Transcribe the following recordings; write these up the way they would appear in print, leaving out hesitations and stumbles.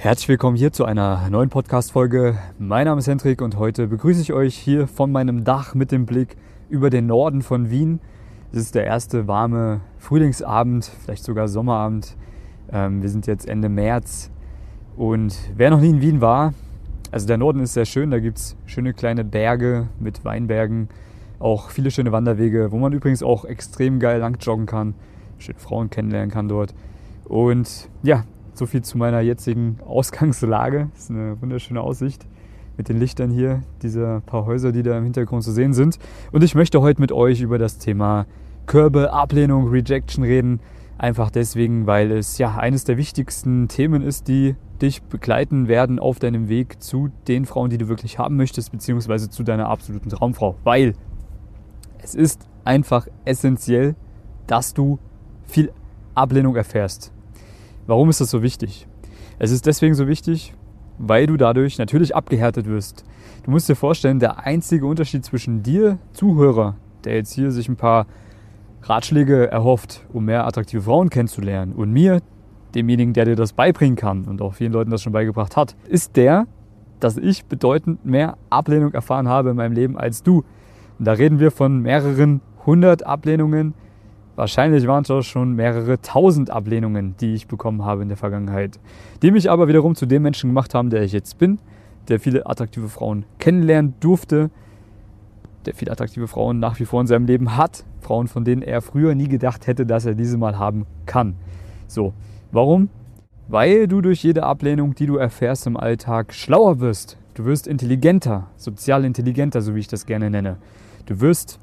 Herzlich willkommen hier zu einer neuen Podcast-Folge. Mein Name ist Hendrik und heute begrüße ich euch hier von meinem Dach mit dem Blick über den Norden von Wien. Es ist der erste warme Frühlingsabend, vielleicht sogar Sommerabend. Wir sind jetzt Ende März und wer noch nie in Wien war, also der Norden ist sehr schön, da gibt es schöne kleine Berge mit Weinbergen, auch viele schöne Wanderwege, wo man übrigens auch extrem geil lang joggen kann, schöne Frauen kennenlernen kann dort. Und ja, so viel zu meiner jetzigen Ausgangslage. Das ist eine wunderschöne Aussicht mit den Lichtern hier, dieser paar Häuser, die da im Hintergrund zu sehen sind. Und ich möchte heute mit euch über das Thema Körbe, Ablehnung, Rejection reden. Einfach deswegen, weil es ja eines der wichtigsten Themen ist, die dich begleiten werden auf deinem Weg zu den Frauen, die du wirklich haben möchtest, beziehungsweise zu deiner absoluten Traumfrau. Weil es ist einfach essentiell, dass du viel Ablehnung erfährst. Warum ist das so wichtig? Es ist deswegen so wichtig, weil du dadurch natürlich abgehärtet wirst. Du musst dir vorstellen, der einzige Unterschied zwischen dir, Zuhörer, der jetzt hier sich ein paar Ratschläge erhofft, um mehr attraktive Frauen kennenzulernen, und mir, demjenigen, der dir das beibringen kann und auch vielen Leuten das schon beigebracht hat, ist der, dass ich bedeutend mehr Ablehnung erfahren habe in meinem Leben als du. Und da reden wir von mehreren 100 Ablehnungen. Wahrscheinlich waren es auch schon mehrere 1000 Ablehnungen, die ich bekommen habe in der Vergangenheit, die mich aber wiederum zu dem Menschen gemacht haben, der ich jetzt bin, der viele attraktive Frauen kennenlernen durfte, der viele attraktive Frauen nach wie vor in seinem Leben hat, Frauen, von denen er früher nie gedacht hätte, dass er diese mal haben kann. So, warum? Weil du durch jede Ablehnung, die du erfährst im Alltag, schlauer wirst. Du wirst intelligenter, sozial intelligenter, so wie ich das gerne nenne. Du wirst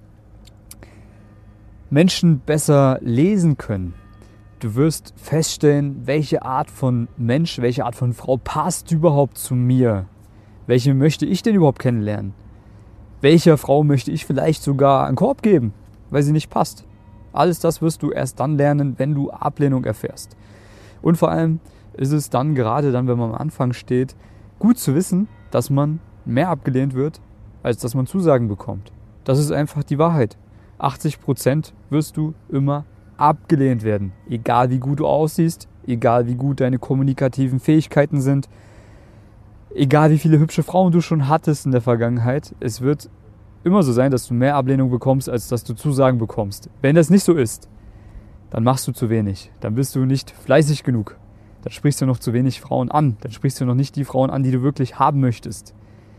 Menschen besser lesen können. Du wirst feststellen, welche Art von Mensch, welche Art von Frau passt überhaupt zu mir. Welche möchte ich denn überhaupt kennenlernen? Welcher Frau möchte ich vielleicht sogar einen Korb geben, weil sie nicht passt? Alles das wirst du erst dann lernen, wenn du Ablehnung erfährst. Und vor allem ist es dann, gerade dann, wenn man am Anfang steht, gut zu wissen, dass man mehr abgelehnt wird, als dass man Zusagen bekommt. Das ist einfach die Wahrheit. 80% wirst du immer abgelehnt werden. Egal wie gut du aussiehst, egal wie gut deine kommunikativen Fähigkeiten sind, egal wie viele hübsche Frauen du schon hattest in der Vergangenheit. Es wird immer so sein, dass du mehr Ablehnung bekommst, als dass du Zusagen bekommst. Wenn das nicht so ist, dann machst du zu wenig. Dann bist du nicht fleißig genug. Dann sprichst du noch zu wenig Frauen an. Dann sprichst du noch nicht die Frauen an, die du wirklich haben möchtest.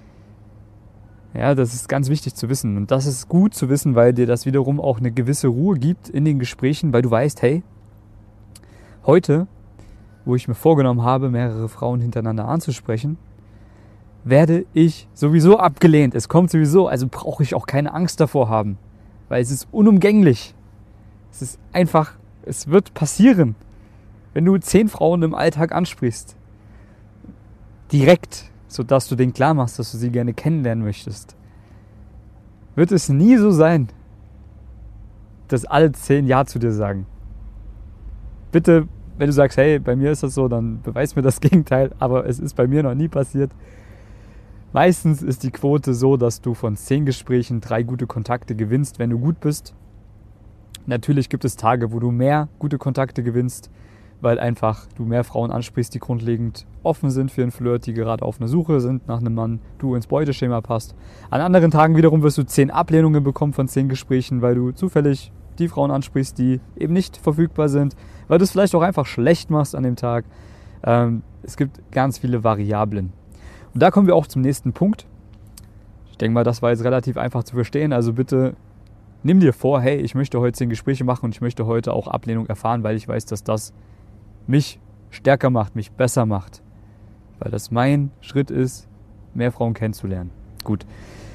Ja, das ist ganz wichtig zu wissen. Und das ist gut zu wissen, weil dir das wiederum auch eine gewisse Ruhe gibt in den Gesprächen, weil du weißt, hey, heute, wo ich mir vorgenommen habe, mehrere Frauen hintereinander anzusprechen, werde ich sowieso abgelehnt. Es kommt sowieso, also brauche ich auch keine Angst davor haben, weil es ist unumgänglich. Es ist einfach, es wird passieren, wenn du 10 Frauen im Alltag ansprichst, direkt, sodass du denen klar machst, dass du sie gerne kennenlernen möchtest, wird es nie so sein, dass alle 10 Ja zu dir sagen. Bitte, wenn du sagst, hey, bei mir ist das so, dann beweis mir das Gegenteil, aber es ist bei mir noch nie passiert. Meistens ist die Quote so, dass du von 10 Gesprächen 3 gute Kontakte gewinnst, wenn du gut bist. Natürlich gibt es Tage, wo du mehr gute Kontakte gewinnst, weil einfach du mehr Frauen ansprichst, die grundlegend offen sind für einen Flirt, die gerade auf einer Suche sind nach einem Mann, du ins Beuteschema passt. An anderen Tagen wiederum wirst du 10 Ablehnungen bekommen von 10 Gesprächen, weil du zufällig die Frauen ansprichst, die eben nicht verfügbar sind, weil du es vielleicht auch einfach schlecht machst an dem Tag. Es gibt ganz viele Variablen. Und da kommen wir auch zum nächsten Punkt. Ich denke mal, das war jetzt relativ einfach zu verstehen, also bitte nimm dir vor, hey, ich möchte heute 10 Gespräche machen und ich möchte heute auch Ablehnung erfahren, weil ich weiß, dass das mich stärker macht, mich besser macht. Weil das mein Schritt ist, mehr Frauen kennenzulernen. Gut.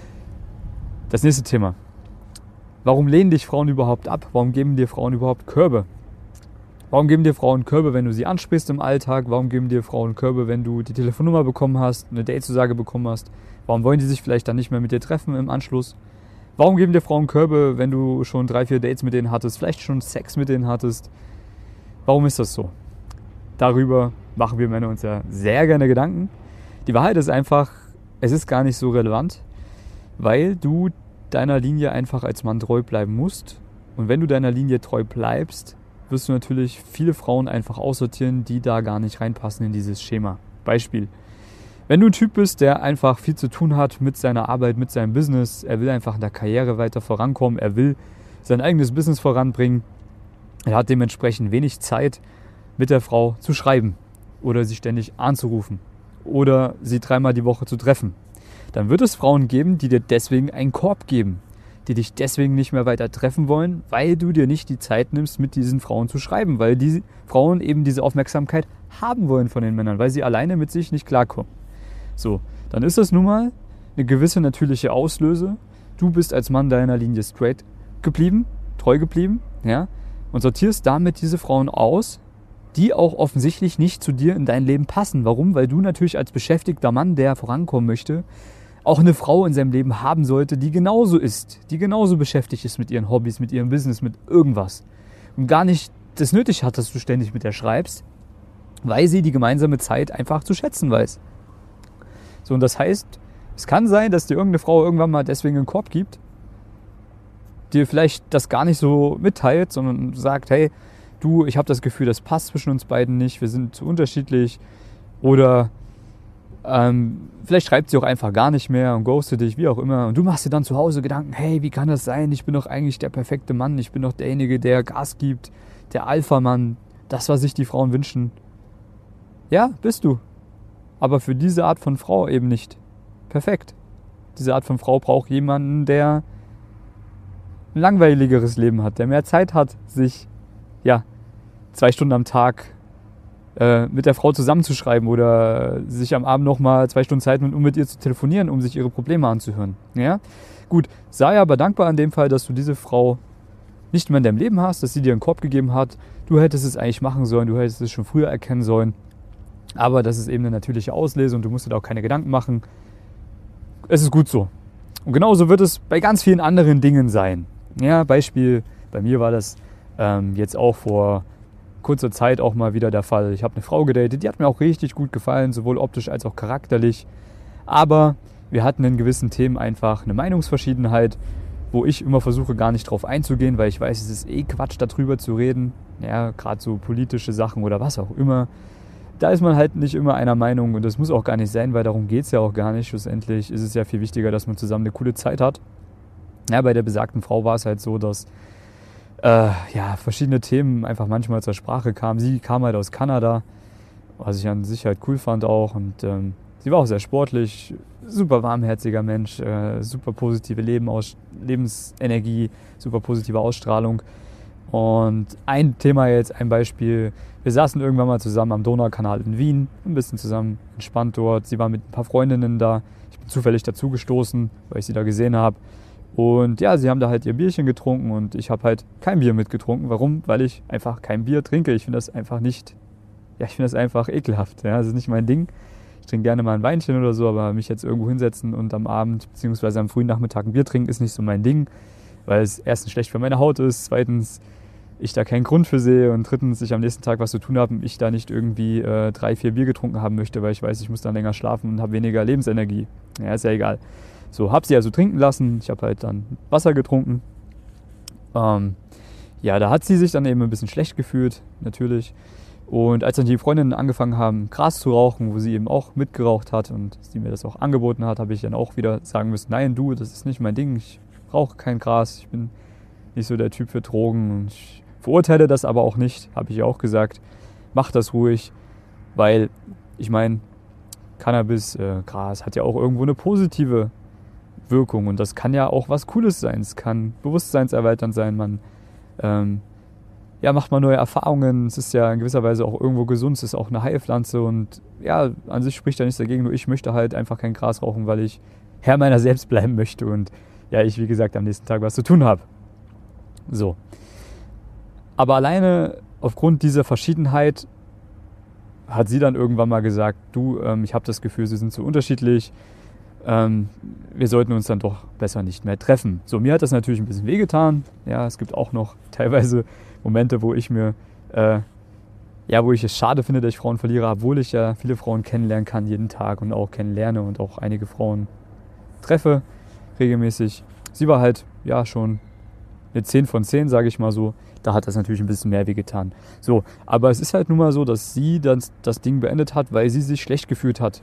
Das nächste Thema. Warum lehnen dich Frauen überhaupt ab? Warum geben dir Frauen überhaupt Körbe? Warum geben dir Frauen Körbe, wenn du sie ansprichst im Alltag? Warum geben dir Frauen Körbe, wenn du die Telefonnummer bekommen hast, eine Datezusage bekommen hast? Warum wollen die sich vielleicht dann nicht mehr mit dir treffen im Anschluss? Warum geben dir Frauen Körbe, wenn du schon 3-4 Dates mit denen hattest, vielleicht schon Sex mit denen hattest? Warum ist das so? Darüber machen wir Männer uns ja sehr gerne Gedanken. Die Wahrheit ist einfach, es ist gar nicht so relevant, weil du deiner Linie einfach als Mann treu bleiben musst. Und wenn du deiner Linie treu bleibst, wirst du natürlich viele Frauen einfach aussortieren, die da gar nicht reinpassen in dieses Schema. Beispiel. Wenn du ein Typ bist, der einfach viel zu tun hat mit seiner Arbeit, mit seinem Business, er will einfach in der Karriere weiter vorankommen, er will sein eigenes Business voranbringen, er hat dementsprechend wenig Zeit, mit der Frau zu schreiben oder sie ständig anzurufen oder sie 3-mal die Woche zu treffen. Dann wird es Frauen geben, die dir deswegen einen Korb geben, die dich deswegen nicht mehr weiter treffen wollen, weil du dir nicht die Zeit nimmst, mit diesen Frauen zu schreiben, weil die Frauen eben diese Aufmerksamkeit haben wollen von den Männern, weil sie alleine mit sich nicht klarkommen. So, dann ist das nun mal eine gewisse natürliche Auslöse. Du bist als Mann deiner Linie straight geblieben, treu geblieben, ja, und sortierst damit diese Frauen aus, die auch offensichtlich nicht zu dir in dein Leben passen. Warum? Weil du natürlich als beschäftigter Mann, der vorankommen möchte, auch eine Frau in seinem Leben haben sollte, die genauso ist, die genauso beschäftigt ist mit ihren Hobbys, mit ihrem Business, mit irgendwas. Und gar nicht das nötig hat, dass du ständig mit ihr schreibst, weil sie die gemeinsame Zeit einfach zu schätzen weiß. So, und das heißt, es kann sein, dass dir irgendeine Frau irgendwann mal deswegen einen Korb gibt, dir vielleicht das gar nicht so mitteilt, sondern sagt, hey, du, ich habe das Gefühl, das passt zwischen uns beiden nicht, wir sind zu unterschiedlich. Oder vielleicht schreibt sie auch einfach gar nicht mehr und ghostet dich, wie auch immer. Und du machst dir dann zu Hause Gedanken, hey, wie kann das sein? Ich bin doch eigentlich der perfekte Mann, ich bin doch derjenige, der Gas gibt, der Alpha-Mann, das, was sich die Frauen wünschen. Ja, bist du. Aber für diese Art von Frau eben nicht perfekt. Diese Art von Frau braucht jemanden, der ein langweiligeres Leben hat, der mehr Zeit hat, sich 2 Stunden am Tag mit der Frau zusammenzuschreiben oder sich am Abend nochmal 2 Stunden Zeit nimmt, um mit ihr zu telefonieren, um sich ihre Probleme anzuhören. Ja? Gut, sei aber dankbar in dem Fall, dass du diese Frau nicht mehr in deinem Leben hast, dass sie dir einen Korb gegeben hat. Du hättest es eigentlich machen sollen, du hättest es schon früher erkennen sollen. Aber das ist eben eine natürliche Auslese und du musst dir da auch keine Gedanken machen. Es ist gut so. Und genauso wird es bei ganz vielen anderen Dingen sein. Ja, Beispiel, bei mir war das jetzt auch vor kurzer Zeit auch mal wieder der Fall. Ich habe eine Frau gedatet, die hat mir auch richtig gut gefallen, sowohl optisch als auch charakterlich. Aber wir hatten in gewissen Themen einfach eine Meinungsverschiedenheit, wo ich immer versuche, gar nicht drauf einzugehen, weil ich weiß, es ist Quatsch, darüber zu reden. Ja, gerade so politische Sachen oder was auch immer. Da ist man halt nicht immer einer Meinung und das muss auch gar nicht sein, weil darum geht es ja auch gar nicht. Schlussendlich ist es ja viel wichtiger, dass man zusammen eine coole Zeit hat. Ja, bei der besagten Frau war es halt so, dass verschiedene Themen einfach manchmal zur Sprache kamen. Sie kam halt aus Kanada, was ich an sich halt cool fand auch. Und sie war auch sehr sportlich, super warmherziger Mensch, super positive Lebensenergie, super positive Ausstrahlung. Und ein Thema jetzt, ein Beispiel, wir saßen irgendwann mal zusammen am Donaukanal in Wien, ein bisschen zusammen entspannt dort. Sie war mit ein paar Freundinnen da, ich bin zufällig dazugestoßen, weil ich sie da gesehen habe. Und ja, sie haben da halt ihr Bierchen getrunken und ich habe halt kein Bier mitgetrunken. Warum? Weil ich einfach kein Bier trinke. Ich finde das einfach ekelhaft. Ja, das ist nicht mein Ding. Ich trinke gerne mal ein Weinchen oder so, aber mich jetzt irgendwo hinsetzen und am Abend bzw. am frühen Nachmittag ein Bier trinken, ist nicht so mein Ding. Weil es erstens schlecht für meine Haut ist, zweitens ich da keinen Grund für sehe und drittens ich am nächsten Tag was zu tun habe und ich da nicht irgendwie 3-4 Bier getrunken haben möchte, weil ich weiß, ich muss dann länger schlafen und habe weniger Lebensenergie. Ja, ist ja egal. So, habe sie also trinken lassen. Ich habe halt dann Wasser getrunken. Da hat sie sich dann eben ein bisschen schlecht gefühlt, natürlich. Und als dann die Freundinnen angefangen haben, Gras zu rauchen, wo sie eben auch mitgeraucht hat und sie mir das auch angeboten hat, habe ich dann auch wieder sagen müssen, nein, du, das ist nicht mein Ding. Ich rauche kein Gras. Ich bin nicht so der Typ für Drogen. Und ich verurteile das aber auch nicht, habe ich ja auch gesagt. Mach das ruhig, weil ich meine, Cannabis, Gras hat ja auch irgendwo eine positive Wirkung und das kann ja auch was Cooles sein. Es kann bewusstseinserweiternd sein. Man macht mal neue Erfahrungen. Es ist ja in gewisser Weise auch irgendwo gesund. Es ist auch eine Heilpflanze und ja, an sich spricht da nichts dagegen. Nur ich möchte halt einfach kein Gras rauchen, weil ich Herr meiner selbst bleiben möchte und ja, ich, wie gesagt, am nächsten Tag was zu tun habe. So. Aber alleine aufgrund dieser Verschiedenheit hat sie dann irgendwann mal gesagt, du, ich habe das Gefühl, sie sind so unterschiedlich. Wir sollten uns dann doch besser nicht mehr treffen. So, mir hat das natürlich ein bisschen wehgetan. Ja, es gibt auch noch teilweise Momente, wo ich es schade finde, dass ich Frauen verliere, obwohl ich ja viele Frauen kennenlernen kann jeden Tag und auch kennenlerne und auch einige Frauen treffe regelmäßig. Sie war halt, ja, schon eine 10 von 10, sage ich mal so, da hat das natürlich ein bisschen mehr wehgetan. So, aber es ist halt nun mal so, dass sie dann das Ding beendet hat, weil sie sich schlecht gefühlt hat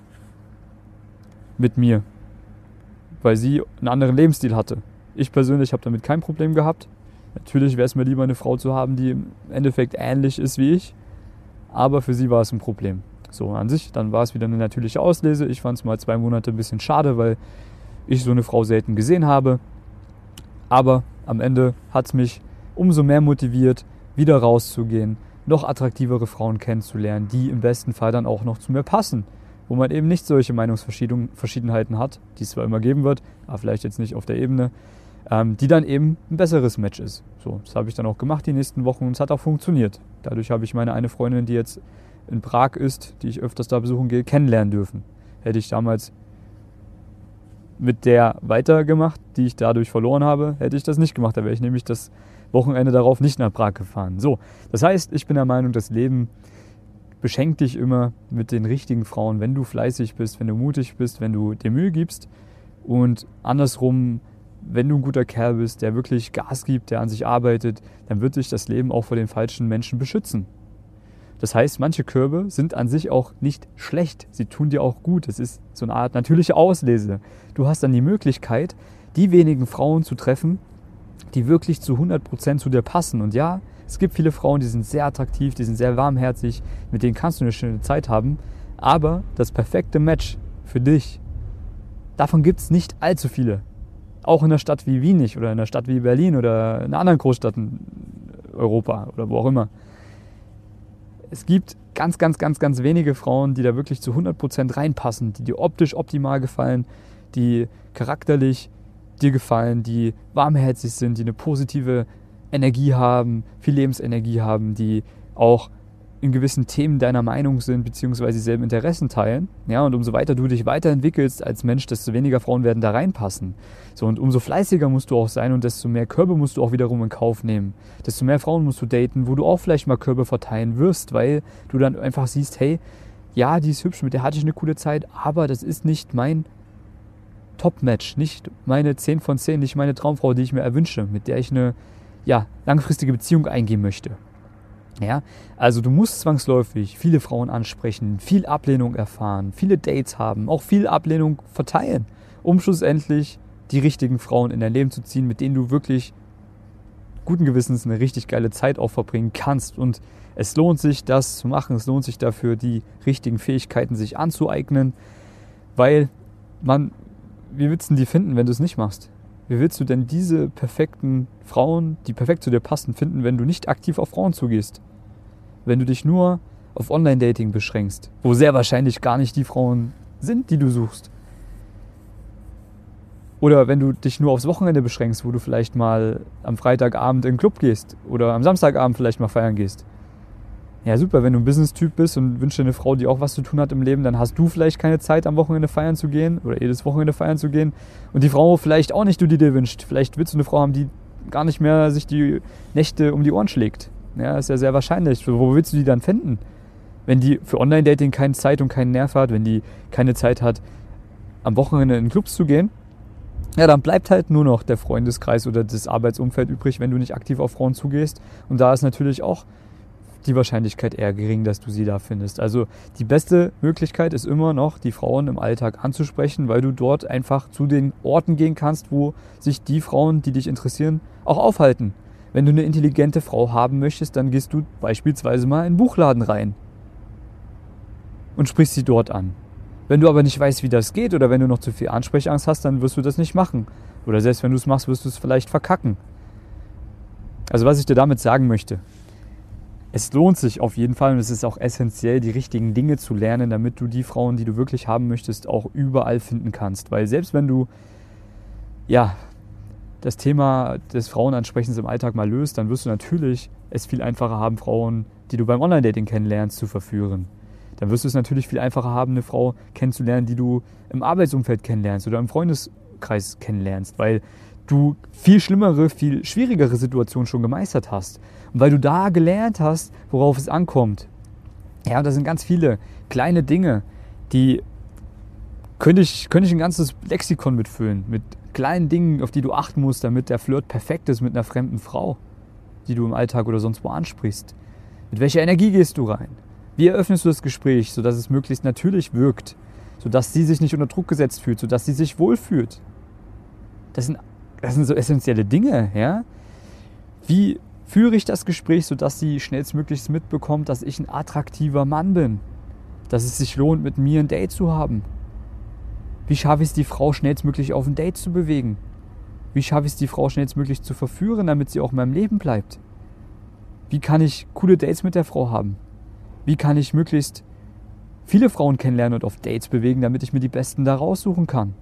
mit mir, weil sie einen anderen Lebensstil hatte. Ich persönlich habe damit kein Problem gehabt. Natürlich wäre es mir lieber, eine Frau zu haben, die im Endeffekt ähnlich ist wie ich, aber für sie war es ein Problem. So, an sich, dann war es wieder eine natürliche Auslese. Ich fand es mal 2 Monate ein bisschen schade, weil ich so eine Frau selten gesehen habe. Aber am Ende hat es mich umso mehr motiviert, wieder rauszugehen, noch attraktivere Frauen kennenzulernen, die im besten Fall dann auch noch zu mir passen, wo man eben nicht solche Meinungsverschiedenheiten hat, die es zwar immer geben wird, aber vielleicht jetzt nicht auf der Ebene, die dann eben ein besseres Match ist. So, das habe ich dann auch gemacht die nächsten Wochen und es hat auch funktioniert. Dadurch habe ich meine eine Freundin, die jetzt in Prag ist, die ich öfters da besuchen gehe, kennenlernen dürfen. Hätte ich damals mit der weitergemacht, die ich dadurch verloren habe, hätte ich das nicht gemacht. Da wäre ich nämlich das Wochenende darauf nicht nach Prag gefahren. So, das heißt, ich bin der Meinung, das Leben beschenkt dich immer mit den richtigen Frauen, wenn du fleißig bist, wenn du mutig bist, wenn du dir Mühe gibst und andersrum, wenn du ein guter Kerl bist, der wirklich Gas gibt, der an sich arbeitet, dann wird dich das Leben auch vor den falschen Menschen beschützen. Das heißt, manche Körbe sind an sich auch nicht schlecht. Sie tun dir auch gut. Es ist so eine Art natürliche Auslese. Du hast dann die Möglichkeit, die wenigen Frauen zu treffen, die wirklich zu 100% zu dir passen. Und ja, es gibt viele Frauen, die sind sehr attraktiv, die sind sehr warmherzig, mit denen kannst du eine schöne Zeit haben. Aber das perfekte Match für dich, davon gibt es nicht allzu viele. Auch in einer Stadt wie Wien nicht oder in einer Stadt wie Berlin oder in einer anderen Großstadt in Europa oder wo auch immer. Es gibt ganz wenige Frauen, die da wirklich zu 100% reinpassen, die dir optisch optimal gefallen, die charakterlich dir gefallen, die warmherzig sind, die eine positive Energie haben, viel Lebensenergie haben, die auch in gewissen Themen deiner Meinung sind, beziehungsweise dieselben Interessen teilen. Ja, und umso weiter du dich weiterentwickelst als Mensch, desto weniger Frauen werden da reinpassen. So, und umso fleißiger musst du auch sein und desto mehr Körbe musst du auch wiederum in Kauf nehmen. Desto mehr Frauen musst du daten, wo du auch vielleicht mal Körbe verteilen wirst, weil du dann einfach siehst, hey, ja, die ist hübsch, mit der hatte ich eine coole Zeit, aber das ist nicht mein Top-Match, nicht meine 10 von 10, nicht meine Traumfrau, die ich mir erwünsche, mit der ich eine langfristige Beziehung eingehen möchte. Ja, also du musst zwangsläufig viele Frauen ansprechen, viel Ablehnung erfahren, viele Dates haben, auch viel Ablehnung verteilen, um schlussendlich die richtigen Frauen in dein Leben zu ziehen, mit denen du wirklich guten Gewissens eine richtig geile Zeit auch verbringen kannst. Und es lohnt sich, das zu machen, es lohnt sich dafür, die richtigen Fähigkeiten sich anzueignen, weil wie willst du die finden, wenn du es nicht machst? Wie willst du denn diese perfekten Frauen, die perfekt zu dir passen, finden, wenn du nicht aktiv auf Frauen zugehst? Wenn du dich nur auf Online-Dating beschränkst, wo sehr wahrscheinlich gar nicht die Frauen sind, die du suchst. Oder wenn du dich nur aufs Wochenende beschränkst, wo du vielleicht mal am Freitagabend in den Club gehst oder am Samstagabend vielleicht mal feiern gehst. Ja, super, wenn du ein Business-Typ bist und wünschst dir eine Frau, die auch was zu tun hat im Leben, dann hast du vielleicht keine Zeit, am Wochenende feiern zu gehen oder jedes Wochenende feiern zu gehen. Und die Frau vielleicht auch nicht, die dir wünscht. Vielleicht willst du eine Frau haben, die gar nicht mehr sich die Nächte um die Ohren schlägt. Ja, ist ja sehr wahrscheinlich. Wo willst du die dann finden? Wenn die für Online-Dating keine Zeit und keinen Nerv hat, wenn die keine Zeit hat, am Wochenende in Clubs zu gehen, ja, dann bleibt halt nur noch der Freundeskreis oder das Arbeitsumfeld übrig, wenn du nicht aktiv auf Frauen zugehst. Und da ist natürlich auch die Wahrscheinlichkeit eher gering, dass du sie da findest. Also die beste Möglichkeit ist immer noch, die Frauen im Alltag anzusprechen, weil du dort einfach zu den Orten gehen kannst, wo sich die Frauen, die dich interessieren, auch aufhalten. Wenn du eine intelligente Frau haben möchtest, dann gehst du beispielsweise mal in einen Buchladen rein und sprichst sie dort an. Wenn du aber nicht weißt, wie das geht oder wenn du noch zu viel Ansprechangst hast, dann wirst du das nicht machen. Oder selbst wenn du es machst, wirst du es vielleicht verkacken. Also was ich dir damit sagen möchte: Es lohnt sich auf jeden Fall und es ist auch essentiell, die richtigen Dinge zu lernen, damit du die Frauen, die du wirklich haben möchtest, auch überall finden kannst. Weil selbst wenn du das Thema des Frauenansprechens im Alltag mal löst, dann wirst du natürlich es viel einfacher haben, Frauen, die du beim Online-Dating kennenlernst, zu verführen. Dann wirst du es natürlich viel einfacher haben, eine Frau kennenzulernen, die du im Arbeitsumfeld kennenlernst oder im Freundeskreis kennenlernst, weil du viel schlimmere, viel schwierigere Situationen schon gemeistert hast. Und weil du da gelernt hast, worauf es ankommt. Ja, da sind ganz viele kleine Dinge, die könnte ich ein ganzes Lexikon mitfüllen, mit kleinen Dingen, auf die du achten musst, damit der Flirt perfekt ist mit einer fremden Frau, die du im Alltag oder sonst wo ansprichst. Mit welcher Energie gehst du rein? Wie eröffnest du das Gespräch, sodass es möglichst natürlich wirkt, sodass sie sich nicht unter Druck gesetzt fühlt, sodass sie sich wohlfühlt? Das sind so essentielle Dinge, ja? Wie führe ich das Gespräch, sodass sie schnellstmöglichst mitbekommt, dass ich ein attraktiver Mann bin? Dass es sich lohnt, mit mir ein Date zu haben? Wie schaffe ich es, die Frau schnellstmöglich auf ein Date zu bewegen? Wie schaffe ich es, die Frau schnellstmöglich zu verführen, damit sie auch in meinem Leben bleibt? Wie kann ich coole Dates mit der Frau haben? Wie kann ich möglichst viele Frauen kennenlernen und auf Dates bewegen, damit ich mir die besten da raussuchen kann?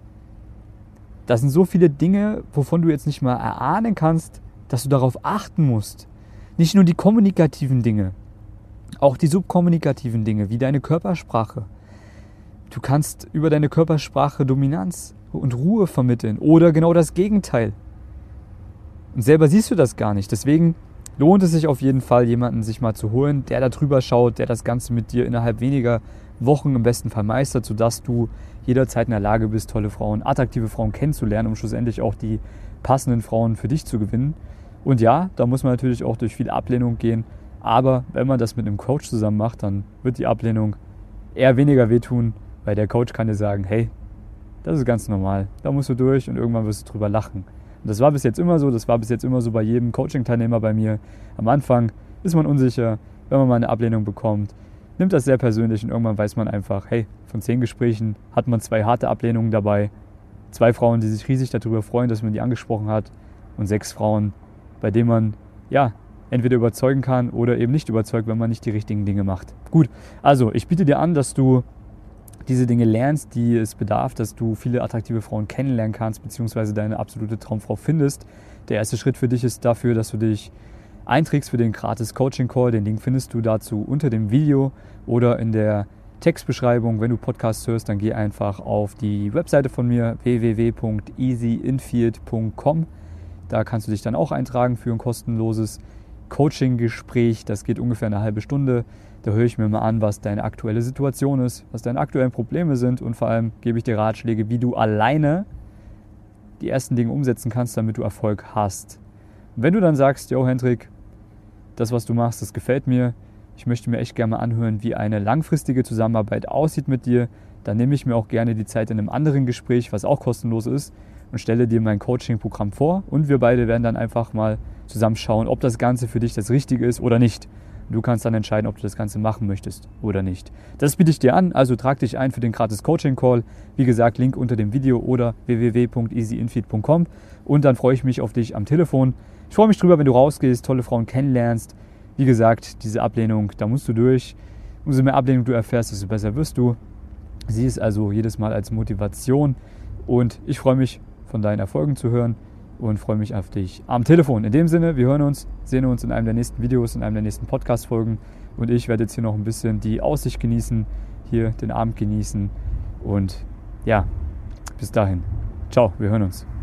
Das sind so viele Dinge, wovon du jetzt nicht mal erahnen kannst, dass du darauf achten musst. Nicht nur die kommunikativen Dinge, auch die subkommunikativen Dinge, wie deine Körpersprache. Du kannst über deine Körpersprache Dominanz und Ruhe vermitteln oder genau das Gegenteil. Und selber siehst du das gar nicht. Deswegen lohnt es sich auf jeden Fall, jemanden sich mal zu holen, der da drüber schaut, der das Ganze mit dir innerhalb weniger Wochen im besten Fall meistert, sodass du jederzeit in der Lage bist, tolle Frauen, attraktive Frauen kennenzulernen, um schlussendlich auch die passenden Frauen für dich zu gewinnen. Und ja, da muss man natürlich auch durch viel Ablehnung gehen, aber wenn man das mit einem Coach zusammen macht, dann wird die Ablehnung eher weniger wehtun, weil der Coach kann dir sagen, hey, das ist ganz normal, da musst du durch und irgendwann wirst du drüber lachen. Und das war bis jetzt immer so, bei jedem Coaching-Teilnehmer bei mir. Am Anfang ist man unsicher, wenn man mal eine Ablehnung bekommt, nimmt das sehr persönlich und irgendwann weiß man einfach, hey, von 10 Gesprächen hat man 2 harte Ablehnungen dabei, 2 Frauen, die sich riesig darüber freuen, dass man die angesprochen hat und 6 Frauen, bei denen man ja entweder überzeugen kann oder eben nicht überzeugt, wenn man nicht die richtigen Dinge macht. Gut, also ich biete dir an, dass du diese Dinge lernst, die es bedarf, dass du viele attraktive Frauen kennenlernen kannst, beziehungsweise deine absolute Traumfrau findest. Der erste Schritt für dich ist dafür, dass du dich einträgst für den gratis Coaching-Call. Den Link findest du dazu unter dem Video oder in der Textbeschreibung. Wenn du Podcasts hörst, dann geh einfach auf die Webseite von mir, www.easyinfield.com. Da kannst du dich dann auch eintragen für ein kostenloses Coaching-Gespräch. Das geht ungefähr eine halbe Stunde. Da höre ich mir mal an, was deine aktuelle Situation ist, was deine aktuellen Probleme sind und vor allem gebe ich dir Ratschläge, wie du alleine die ersten Dinge umsetzen kannst, damit du Erfolg hast. Und wenn du dann sagst, yo Hendrik, das was du machst, das gefällt mir, ich möchte mir echt gerne mal anhören, wie eine langfristige Zusammenarbeit aussieht mit dir, dann nehme ich mir auch gerne die Zeit in einem anderen Gespräch, was auch kostenlos ist, und stelle dir mein Coaching-Programm vor und wir beide werden dann einfach mal zusammen schauen, ob das Ganze für dich das Richtige ist oder nicht. Du kannst dann entscheiden, ob du das Ganze machen möchtest oder nicht. Das biete ich dir an, also trag dich ein für den gratis Coaching-Call. Wie gesagt, Link unter dem Video oder www.easyinfeed.com und dann freue ich mich auf dich am Telefon. Ich freue mich drüber, wenn du rausgehst, tolle Frauen kennenlernst. Wie gesagt, diese Ablehnung, da musst du durch. Umso mehr Ablehnung du erfährst, desto besser wirst du. Sieh es also jedes Mal als Motivation und ich freue mich, von deinen Erfolgen zu hören. Und freue mich auf dich am Telefon. In dem Sinne, wir hören uns, sehen uns in einem der nächsten Videos, in einem der nächsten Podcast-Folgen. Und ich werde jetzt hier noch ein bisschen die Aussicht genießen, hier den Abend genießen. Und ja, bis dahin. Ciao, wir hören uns.